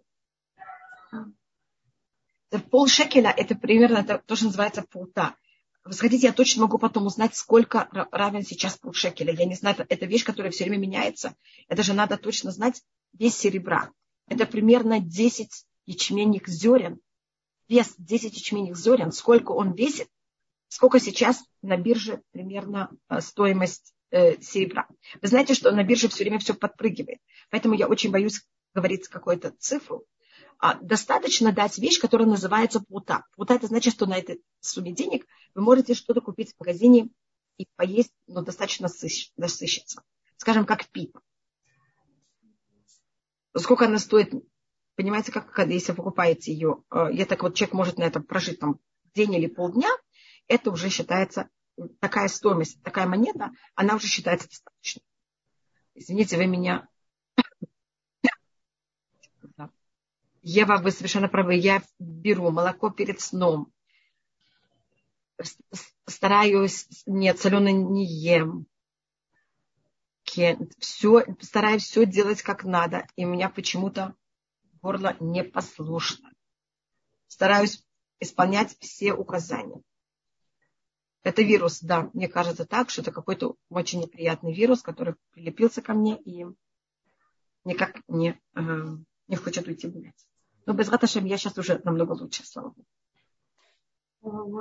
Полшекеля – это примерно то, что называется паута. Вы хотите, я точно могу потом узнать, сколько равен сейчас полшекеля. Я не знаю, это вещь, которая все время меняется. Это же надо точно знать вес серебра. Это примерно 10 ячменных зерен. Вес 10 ячменных зерен, сколько он весит, сколько сейчас на бирже примерно стоимость серебра. Вы знаете, что на бирже все время все подпрыгивает. Поэтому я очень боюсь говорить какую-то цифру. Достаточно дать вещь, которая называется пута. Пута – это значит, что на этой сумме денег вы можете что-то купить в магазине и поесть, но достаточно насыщиться. Скажем, как пиво. Сколько она стоит? Понимаете, если вы покупаете ее, и так вот человек может на это прожить там день или полдня, это уже считается такая стоимость, такая монета, она уже считается достаточной. Извините, вы меня... Ева, вы совершенно правы. Я беру молоко перед сном. Стараюсь, нет, соленое не ем. Стараюсь все делать как надо. И у меня почему-то горло непослушно. Стараюсь исполнять все указания. Это вирус, да, мне кажется так, что это какой-то очень неприятный вирус, который прилепился ко мне и никак не хочет уйти гулять. Но без раташем я сейчас уже намного лучше, слава Богу.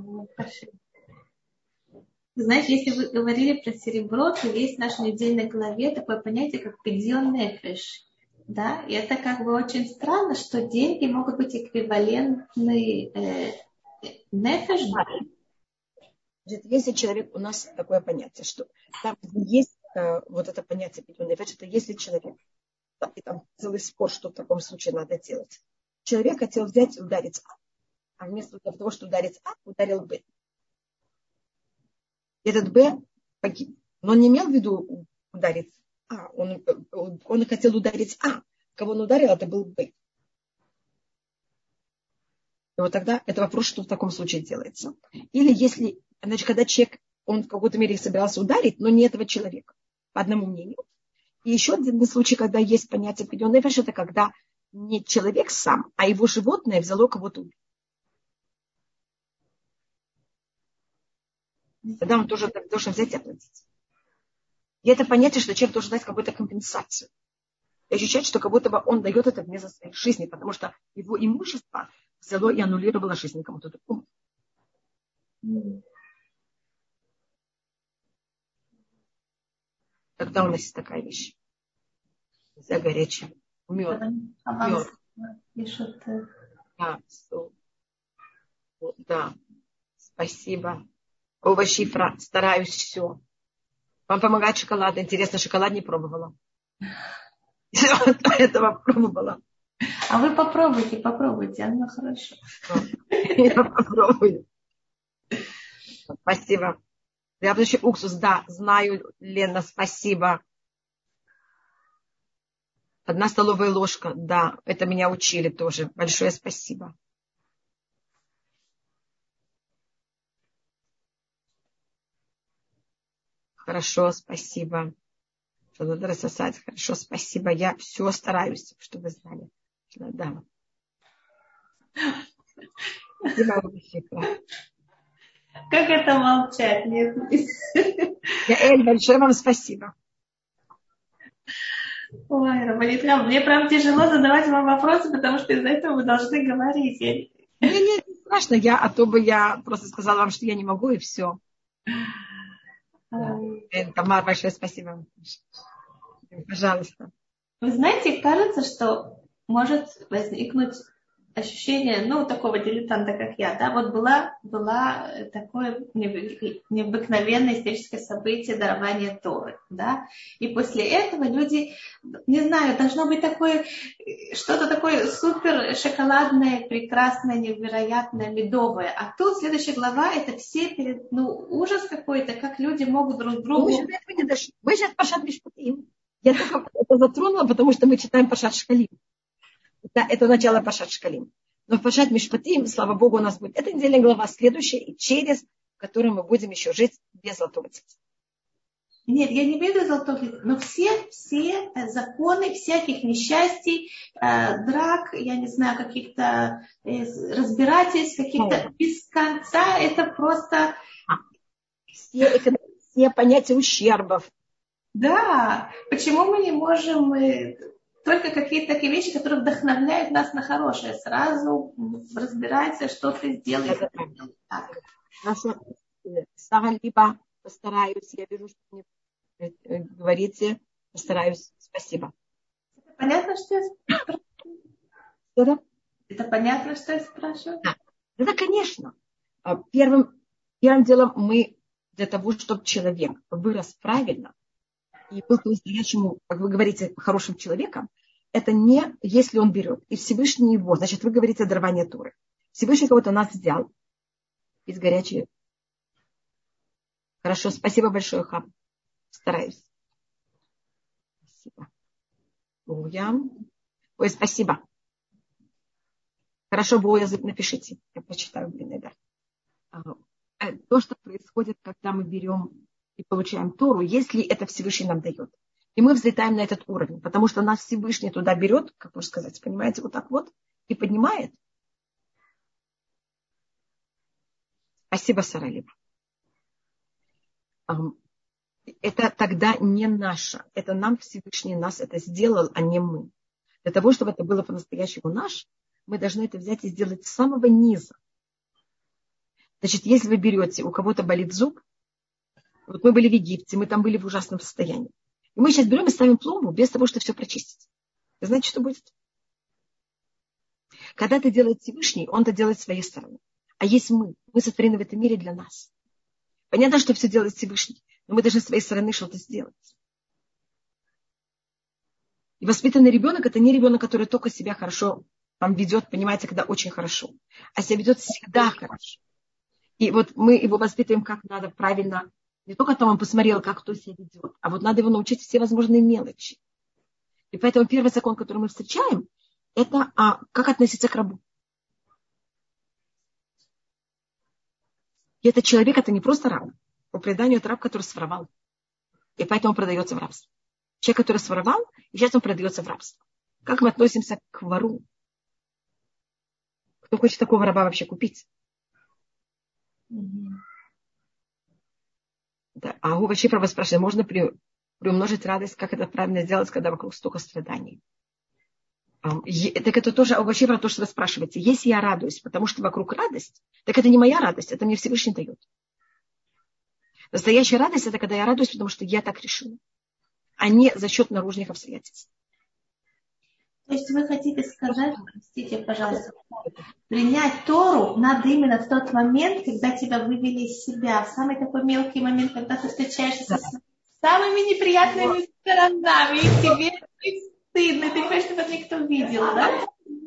Знаешь, если вы говорили про серебро, то есть в нашей недельной главе такое понятие, как пидьон нефеш. Да? И это как бы очень странно, что деньги могут быть эквивалентны нефеш. Если человек, у нас такое понятие, что там есть вот это понятие пидьон нефеш, это если человек, и там целый спор, что в таком случае надо делать. Человек хотел взять и ударить А, а вместо того, что ударить А, ударил Б. Этот Б погиб. Но он не имел в виду ударить А. Он хотел ударить А. Кого он ударил, это был Б. И вот тогда это вопрос, что в таком случае делается. Или если, значит, когда человек, он в какой-то мере собирался ударить, но не этого человека, по одному мнению. И еще один случай, когда есть понятие пидьон нефеш, это когда не человек сам, а его животное взяло кого-то убить. Тогда он тоже должен взять и оплатить. И это понятие, что человек должен дать какую-то компенсацию. И ощущать, что как будто бы он дает это вместо своей жизни, потому что его имущество взяло и аннулировало жизнь кому-то другому. Тогда у нас есть такая вещь. Нельзя горячее. Мед. Да, да. Спасибо. Овощи, стараюсь все. Вам помогает шоколад. Интересно, шоколад не пробовала. Этого пробовала. А вы попробуйте, оно хорошо. Я попробую. Спасибо. Яблочный уксус, да, знаю, Лена, спасибо. 1 столовая ложка, да, это меня учили тоже. Большое спасибо. Хорошо, спасибо. Надо рассосать. Хорошо, спасибо. Я все стараюсь, чтобы вы знали. Да. Как это молчать? Нет. Эль, большое вам спасибо. Ой, Рабанитра, мне прям тяжело задавать вам вопросы, потому что из-за этого вы должны говорить. Не страшно, а то бы я просто сказала вам, что я не могу, и все. Тамар, большое спасибо. Пожалуйста. Вы знаете, кажется, что может возникнуть ощущение, такого дилетанта, как я, да, вот была такое необыкновенное историческое событие дарования Торы, да, и после этого люди, не знаю, должно быть такое, что-то такое супер шоколадное, прекрасное, невероятное, медовое, а тут следующая глава, это все ужас какой-то, как люди могут друг другу... Мы сейчас Паршат Мишпатим. Я только это затронула, потому что мы читаем Паршат Шкалим. Это начало Паршат Шкалим. Но в Паршат Мишпатим, слава Богу, у нас будет эта недельная глава, следующая, и через которую мы будем еще жить без золотого тельца. Нет, я не имею в виду золотого тельца, но все законы всяких несчастий, драк, я не знаю, каких-то разбирательств, каких-то без конца, это просто... Все понятия ущербов. Да, почему мы не можем только какие-то такие вещи, которые вдохновляют нас на хорошее, сразу разбираться, что ты сделаешь. Хорошо. Сара, либо постараюсь, я вижу, что мне говорите, постараюсь. Спасибо. Это понятно, что я спрашиваю? Что-то? Это понятно, что я спрашиваю? Да, конечно. Первым делом мы для того, чтобы человек вырос правильно, и был по-настоящему, как вы говорите, хорошим человеком, это не если он берет. И Всевышний его, значит, вы говорите о даровании Торы. Всевышний кого-то нас взял из горячей. Хорошо, спасибо большое, Хаб. Стараюсь. Спасибо. Ой, спасибо. Хорошо, Бо язык напишите. Я прочитаю, да. То, что происходит, когда мы берем и получаем Тору, если это Всевышний нам дает. И мы взлетаем на этот уровень, потому что нас Всевышний туда берет, как можно сказать, понимаете, вот так вот, и поднимает. Спасибо, Саралиба. Это тогда не наше. Это нам Всевышний нас это сделал, а не мы. Для того, чтобы это было по-настоящему наше, мы должны это взять и сделать с самого низа. Значит, если вы берете, у кого-то болит зуб, вот мы были в Египте, мы там были в ужасном состоянии. И мы сейчас берем и ставим пломбу без того, чтобы все прочистить. Вы знаете, что будет? Когда это делает Всевышний, он это делает с своей стороны. А есть мы сотворены в этом мире для нас. Понятно, что все делает Всевышний, но мы должны с своей стороны что-то сделать. И воспитанный ребенок – это не ребенок, который только себя хорошо там ведет, понимаете, когда очень хорошо, а себя ведет всегда хорошо. И вот мы его воспитываем, как надо правильно Не только там он посмотрел, как кто себя ведет, а вот надо его научить все возможные мелочи. И поэтому первый закон, который мы встречаем, это как относиться к рабу. И этот человек, это не просто раб. По преданию, это раб, который своровал. И поэтому он продается в рабство. Человек, который своровал, и сейчас он продается в рабство. Как мы относимся к вору? Кто хочет такого раба вообще купить? Да. А Агу вообще право спрашивает, можно приумножить радость, как это правильно сделать, когда вокруг столько страданий? Так это тоже вообще про то, что вы спрашиваете. Если я радуюсь, потому что вокруг радость, так это не моя радость, это мне Всевышний дает. Настоящая радость, это когда я радуюсь, потому что я так решила, а не за счет наружных обстоятельств. То есть вы хотите сказать, простите, пожалуйста, принять Тору надо именно в тот момент, когда тебя вывели из себя. Самый такой мелкий момент, когда ты встречаешься со самыми неприятными сторонами, и тебе стыдно, ты хочешь, чтобы это никто видел, да?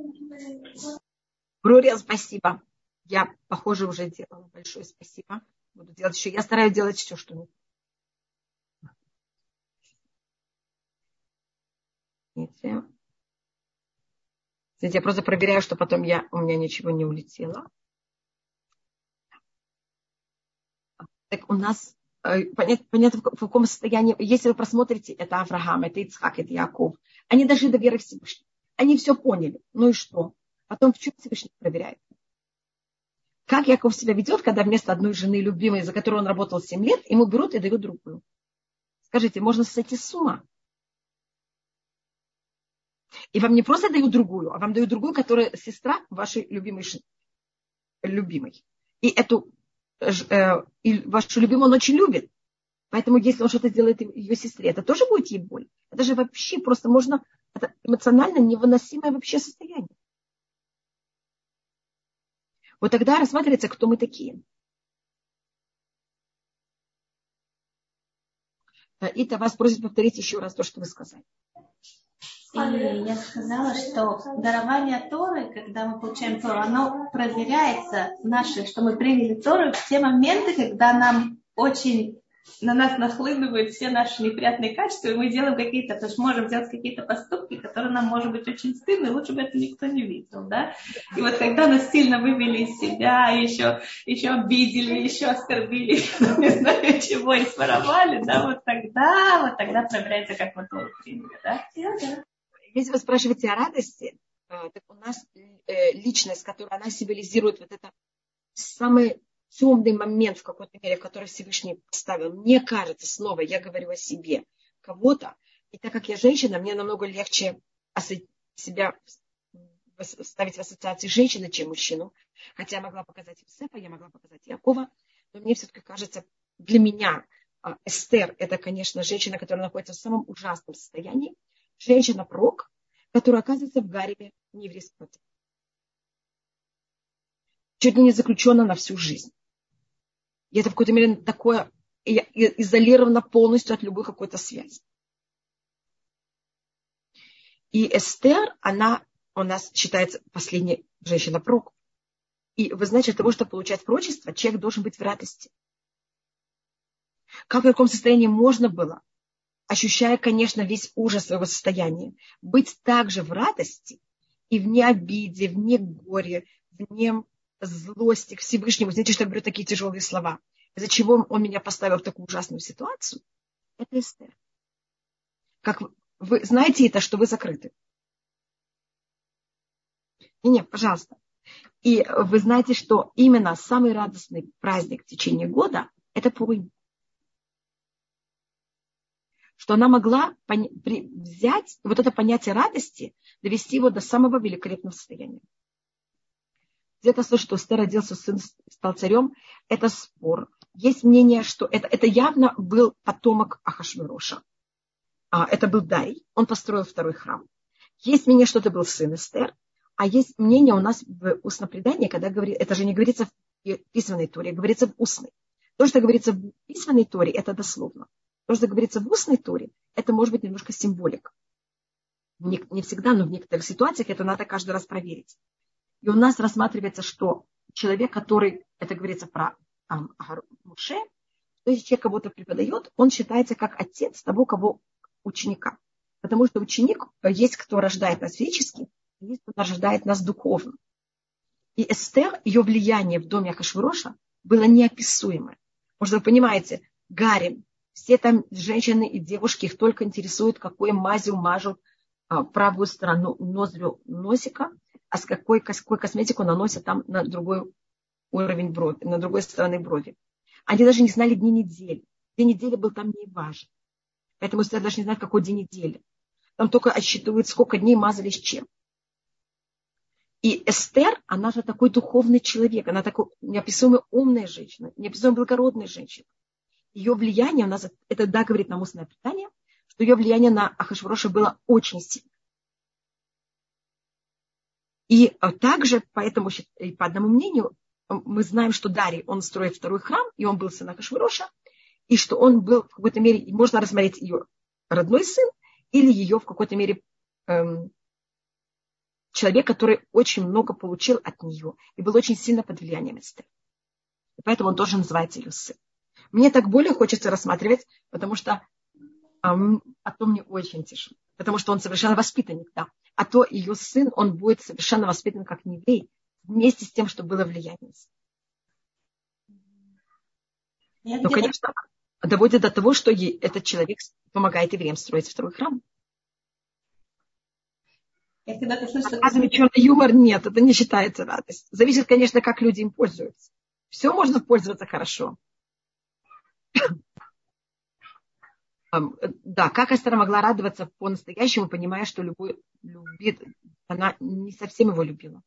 Брурия, спасибо. Я, похоже, уже делала. Большое спасибо. Буду делать еще. Я стараюсь делать все, что нужно. Видите? Я просто проверяю, что потом у меня ничего не улетело. Так у нас понятно, в каком состоянии, если вы просмотрите, это Авраам, это Ицхак, это Яков, они дошли до веры Всевышнего. Они все поняли. Ну и что? Потом в чем Всевышний проверяет? Как Яков себя ведет, когда вместо одной жены любимой, за которую он работал 7 лет, ему берут и дают другую? Скажите, можно сойти с ума? И вам не просто дают другую, а вам дают другую, которая сестра вашей любимой жены. Любимой. И вашу любимую он очень любит. Поэтому если он что-то сделает ее сестре, это тоже будет ей боль. Это же вообще просто можно... Это эмоционально невыносимое вообще состояние. Вот тогда рассматривается, кто мы такие. Ита вас просит повторить еще раз то, что вы сказали. И я сказала, что дарование Торы, когда мы получаем Тору, оно проверяется, что мы приняли Тору в те моменты, когда на нас нахлынывают все наши неприятные качества, и мы делаем то есть можем делать какие-то поступки, которые нам, может быть, очень стыдно, и лучше бы это никто не видел, да? И вот когда нас сильно вывели из себя, еще обидели, еще оскорбили, не знаю чего, и своровали, да, вот тогда проверяется, как мы Тору приняли, да? Если вы спрашиваете о радости, так у нас личность, которую она символизирует, вот это самый темный момент в какой-то мере, который Всевышний поставил. Мне кажется, снова я говорю о себе, кого-то, и так как я женщина, мне намного легче себя ставить в ассоциации женщины, чем мужчину. Хотя я могла показать Иосифа, я могла показать Якова, но мне все-таки кажется, для меня Эстер, это, конечно, женщина, которая находится в самом ужасном состоянии, женщина-пророк, которая оказывается в гареме нееврейского царя. Чуть ли не заключена на всю жизнь. И это в какой-то мере такое изолировано полностью от любой какой-то связи. И Эстер, она у нас считается последней женщина-пророк. И вы знаете, для того, чтобы получать пророчество, человек должен быть в радости. Как в каком состоянии можно было, ощущая, конечно, весь ужас своего состояния, быть также в радости и вне обиде, вне горе, вне злости к Всевышнему. Знаете, что я говорю такие тяжелые слова? Из-за чего он меня поставил в такую ужасную ситуацию? Это Эстер. Как вы знаете это, что вы закрыты? Нет, пожалуйста. И вы знаете, что именно самый радостный праздник в течение года – это Пурим. Что она могла взять вот это понятие радости, довести его до самого великолепного состояния. Где-то слышно, что Эстер родился, сын стал царем. Это спор. Есть мнение, что это явно был потомок Ахашвероша. Это был Дарий. Он построил второй храм. Есть мнение, что это был сын Эстер. А есть мнение у нас в устном предании, когда говорится, это же не говорится в письменной Торе, говорится в устной. То, что говорится в письменной Торе, это дословно. То, что говорится в устной Торе, это может быть немножко символик. Не всегда, но в некоторых ситуациях это надо каждый раз проверить. И у нас рассматривается, что человек, который, это говорится про Моше, То есть человек кого-то преподает, он считается как отец того, кого ученика. Потому что ученик есть, кто рождает нас физически, есть, кто рождает нас духовно. И Эстер, ее влияние в доме Ахашвироша было неописуемое. Потому что вы понимаете, гарем, все там женщины и девушки, их только интересует, какой мазью мажут правую сторону ноздрю носика, а с какой косметику наносят там на другой уровень брови, на другой стороне брови. Они даже не знали дни недели. День недели был там не важен. Поэтому Эстер даже не знает, какой день недели. Там только отсчитывают, сколько дней мазались чем. И Эстер, она же такой духовный человек. Она такой неописуемо умная женщина, неописуемо благородная женщина. Ее влияние, у нас это да, говорит нам устное предание, что ее влияние на Ахашвироша было очень сильно. И также, поэтому, по одному мнению, мы знаем, что Дарий, он строит второй храм, и он был сын Ахашвироша, и что он был в какой-то мере, можно рассмотреть ее родной сын, или ее в какой-то мере человек, который очень много получил от нее, и был очень сильно под влиянием Эстер. И поэтому он тоже называется ее сын. Мне так более хочется рассматривать, потому что а то мне очень тяжело, потому что он совершенно воспитанник, да. А то ее сын, он будет совершенно воспитан как не еврей, вместе с тем, что было влияние. Но, конечно, доводит до того, что этот человек помогает евреям строить второй храм. Разве черный юмор? Нет, это не считается радость. Зависит, конечно, как люди им пользуются. Все можно пользоваться хорошо. Да, как Эстер могла радоваться по-настоящему, понимая, что любит, она не совсем его любила.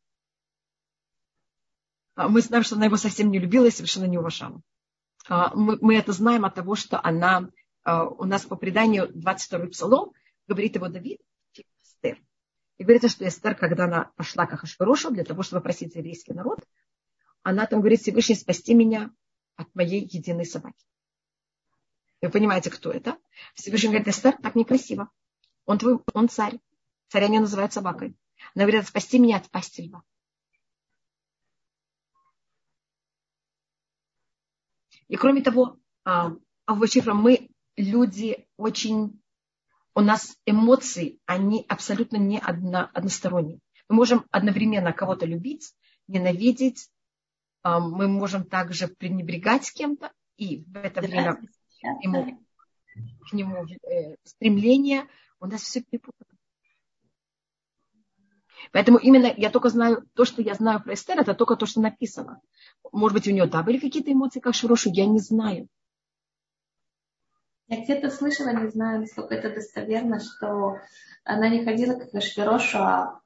Мы знаем, что она его совсем не любила и совершенно не уважала. Мы это знаем от того, что она, у нас по преданию 22-й псалом, говорит его Давид, Эстер. И говорится, что Эстер, когда она пошла к Ахашвирошу для того, чтобы просить за еврейский народ, она там говорит: Всевышний, спасти меня от моей единой собаки. Вы понимаете, кто это? Всевышний говорит: Эстер, так некрасиво. Он царь. Царя не называют собакой. Она говорит: спасти меня от пасти льва. И кроме того, мы люди очень... У нас эмоции, они абсолютно не односторонние. Мы можем одновременно кого-то любить, ненавидеть, мы можем также пренебрегать кем-то, и в это время к нему стремление, у нас все перепутано. Поэтому именно я только знаю, то, что я знаю про Эстер, это только то, что написано. Может быть, у нее были какие-то эмоции, как Широшу, я не знаю. Я где-то слышала, не знаю, насколько это достоверно, что она не ходила к Ахашвирошу, а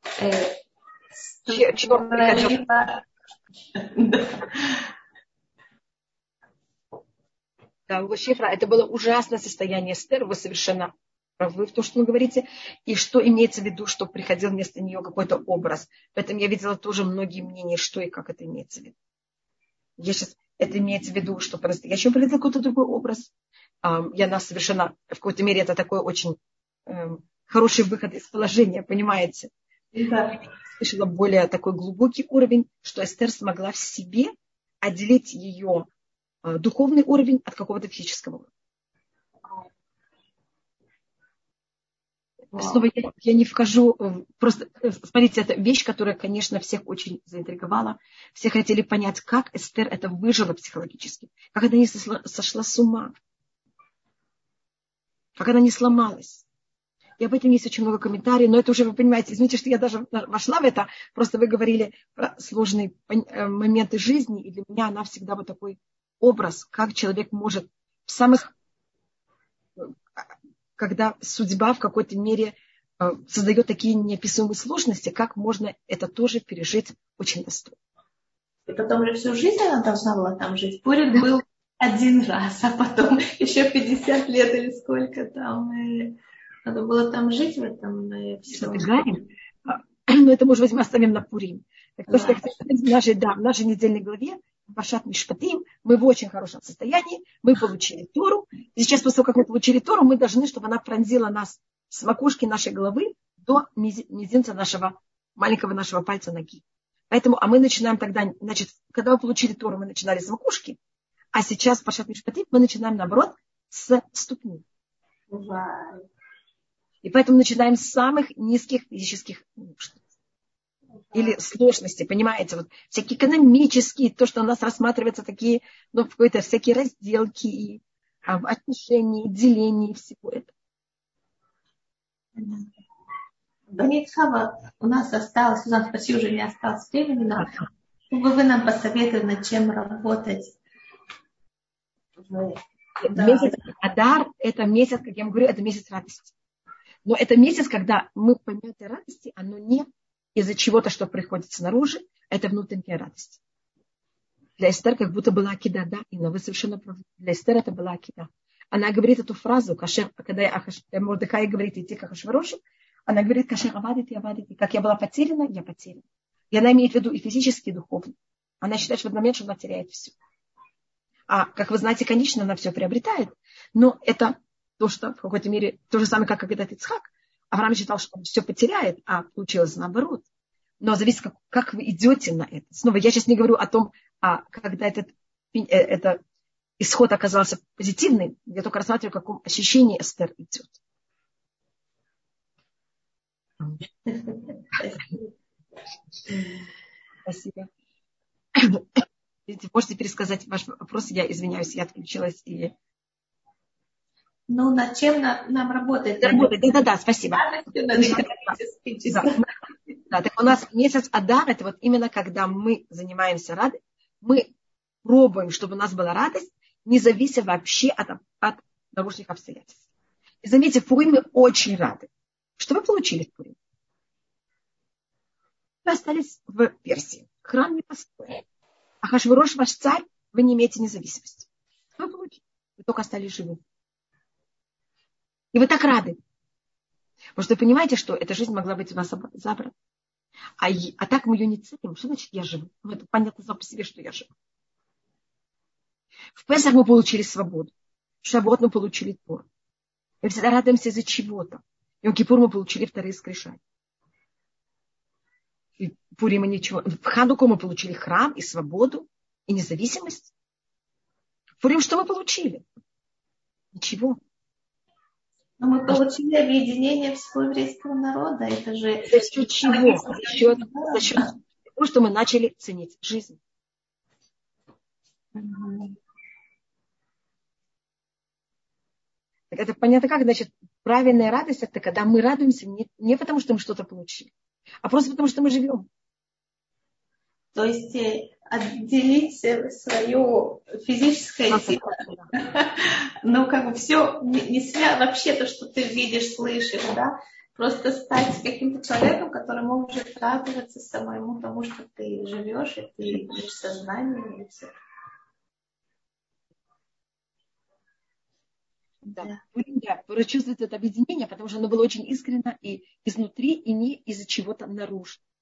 Да, у Шифра это было ужасное состояние Эстер, вы совершенно правы в том, что вы говорите, и что имеется в виду, что приходил вместо нее какой-то образ. Поэтому я видела тоже многие мнения, что и как это имеется в виду. Это имеется в виду, что по-настоящему приходил какой-то другой образ. И она совершенно, в какой-то мере, это такой очень хороший выход из положения, понимаете? Да. Я слышала более такой глубокий уровень, что Эстер смогла в себе отделить ее духовный уровень от какого-то физического уровня. Снова я не вхожу, просто смотрите, это вещь, которая, конечно, всех очень заинтриговала. Все хотели понять, как Эстер это выжила психологически, как она не сошла с ума, как она не сломалась. И об этом есть очень много комментариев, но это уже, вы понимаете, извините, что я даже вошла в это, просто вы говорили про сложные моменты жизни, и для меня она всегда вот такой образ, как человек может в самых... Когда судьба в какой-то мере создает такие неописуемые сложности, как можно это тоже пережить очень достойно. И потом же всю жизнь она должна была там жить. Пурим был один раз, а потом еще 50 лет или сколько там. Надо было там жить в этом всем. Но это мы уже оставим на Пурим. Так то, что я хочу сказать, в нашей недельной главе, Паршат Мишпатим, мы в очень хорошем состоянии, мы получили Тору. И сейчас, после того, как мы получили Тору, мы должны, чтобы она пронзила нас с макушки нашей головы до мизинца нашего, маленького нашего пальца ноги. Поэтому, а мы начинаем тогда, значит, когда мы получили Тору, мы начинали с макушки, А сейчас, Паршат Мишпатим, мы начинаем, наоборот, с ступни. И поэтому начинаем с самых низких физических нужд. Или сложности, понимаете, вот всякие экономические, то, что у нас рассматриваются такие, ну, какие-то всякие разделки, и отношения, деления, всего этого. Банитхава, у нас почти уже не осталось времени, но вы нам посоветовали, над чем работать. Месяц Адар – это месяц, как я вам говорю, это месяц радости. Но это месяц, когда мы поймем этой радости, оно не из-за чего-то, что приходит снаружи, это внутренняя радость. Для Эстер как будто была акида, да, Инна, вы совершенно правы. Для Эстер это была акида. Она говорит эту фразу, когда Мордехай говорит идти к Ахашварошу, она говорит, кашер авадити, авадити, как я была потеряна, я потеряна. И она имеет в виду и физически, и духовно. Она считает, что в этот момент, что она теряет все. А, как вы знаете, конечно, она все приобретает, но это то, что в какой-то мере, то же самое, как этот Ицхак. Авраам считал, что он все потеряет, а получилось наоборот. Но зависит, как вы идете на это. Снова, я сейчас не говорю о том, когда этот исход оказался позитивным, я только рассматриваю, в каком ощущении Эстер идет. Спасибо. Можете пересказать ваш вопрос? Я извиняюсь, я отключилась. Ну, над чем нам работать? Да, спасибо. Да, так у нас месяц Адар, это вот именно когда мы занимаемся радостью, мы пробуем, чтобы у нас была радость, не завися вообще от наружных обстоятельств. И заметьте, в Пурим мы очень рады. Что вы получили в Пурим? Вы остались в Персии. Храм не построен. Ахашвирош ваш царь, вы не имеете независимости. Что вы получили? Вы только остались живы. И вы так рады. Потому что вы понимаете, что эта жизнь могла быть у вас забрана. А так мы ее не ценим. Что значит я живу? Ну, это понятно само по себе, что я живу. В Песах мы получили свободу. В Шавот мы получили Тору. Мы всегда радуемся из-за чего-то. И в Кипур мы получили вторые скрижали. И в Пурим мы ничего. В Хануку мы получили храм и свободу, и независимость. В Пурим что мы получили? Ничего. Но мы получили объединение всего еврейского народа. Это же... За счет чего? За счет того, что мы начали ценить жизнь. Так это понятно как? Значит, правильная радость – это когда мы радуемся не потому, что мы что-то получили, а просто потому, что мы живем. То есть отделить свое физическое тело. Ну, как бы все, вообще то, что ты видишь, слышишь, да, просто стать каким-то человеком, который может радоваться самому тому, что ты живешь, и ты видишь сознание, и все. Да. Вы чувствуете это объединение, потому что оно было очень искренно и изнутри, и не из-за чего-то наружу.